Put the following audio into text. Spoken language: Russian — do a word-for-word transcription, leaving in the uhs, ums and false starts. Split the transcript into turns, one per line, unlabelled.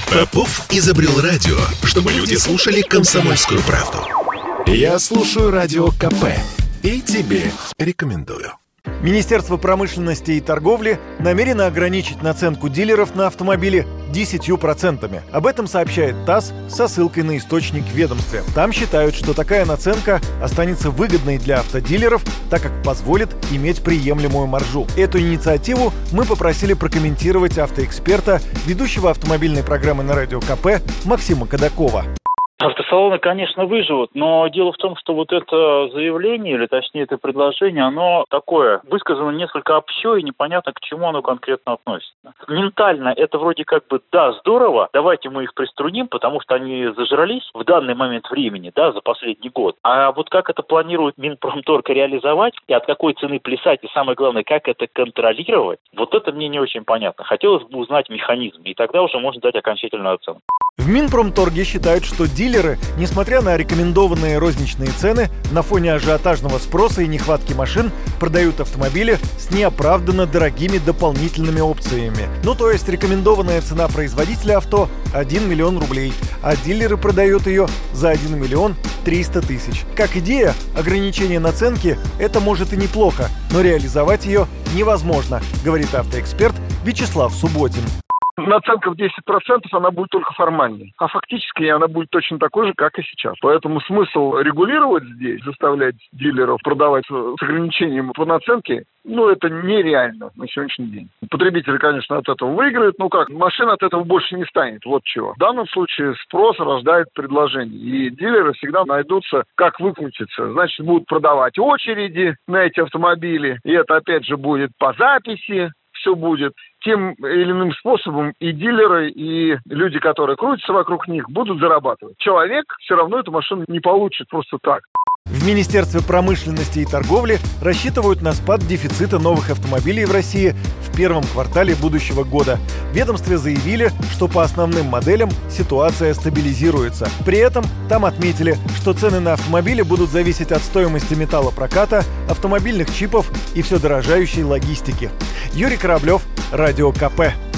Попов изобрел радио, чтобы люди слушали «Комсомольскую правду». Я слушаю Радио КП и тебе рекомендую.
Министерство промышленности и торговли намерено ограничить наценку дилеров на автомобили десятью процентами. Об этом сообщает ТАСС со ссылкой на источник в ведомстве. Там считают, что такая наценка останется выгодной для автодилеров, так как позволит иметь приемлемую маржу. Эту инициативу мы попросили прокомментировать автоэксперта, ведущего автомобильной программы на Радио КП Максима Кадакова.
Автосалоны, конечно, выживут, но дело в том, что вот это заявление, или точнее это предложение, оно такое, высказано несколько общо и непонятно, к чему оно конкретно относится. Ментально это вроде как бы, да, здорово, давайте мы их приструним, потому что они зажрались в данный момент времени, да, за последний год. А вот как это планирует Минпромторг реализовать, и от какой цены плясать, и самое главное, как это контролировать, вот это мне не очень понятно. Хотелось бы узнать механизм, и тогда уже можно дать окончательную оценку.
В Минпромторге считают, что дилеры, несмотря на рекомендованные розничные цены, на фоне ажиотажного спроса и нехватки машин продают автомобили с неоправданно дорогими дополнительными опциями. Ну, то есть рекомендованная цена производителя авто – один миллион рублей, а дилеры продают ее за один миллион триста тысяч. Как идея, ограничение наценки – это может и неплохо, но реализовать ее невозможно, говорит автоэксперт Вячеслав Субботин.
Наценка в десять процентов, она будет только формальной. А фактически она будет точно такой же, как и сейчас. Поэтому смысл регулировать здесь, заставлять дилеров продавать с ограничением по наценке, ну, это нереально на сегодняшний день. Потребители, конечно, от этого выиграют. Ну как, машин от этого больше не станет. Вот чего. В данном случае спрос рождает предложение. И дилеры всегда найдутся, как выкрутиться. Значит, будут продавать очереди на эти автомобили. И это, опять же, будет по записи. Все будет. Тем или иным способом и дилеры, и люди, которые крутятся вокруг них, будут зарабатывать. Человек все равно эту машину не получит просто так.
В Министерстве промышленности и торговли рассчитывают на спад дефицита новых автомобилей в России в первом квартале будущего года. В ведомстве заявили, что по основным моделям ситуация стабилизируется. При этом там отметили, что цены на автомобили будут зависеть от стоимости металлопроката, автомобильных чипов и все дорожающей логистики. Юрий Кораблев, Радио КП.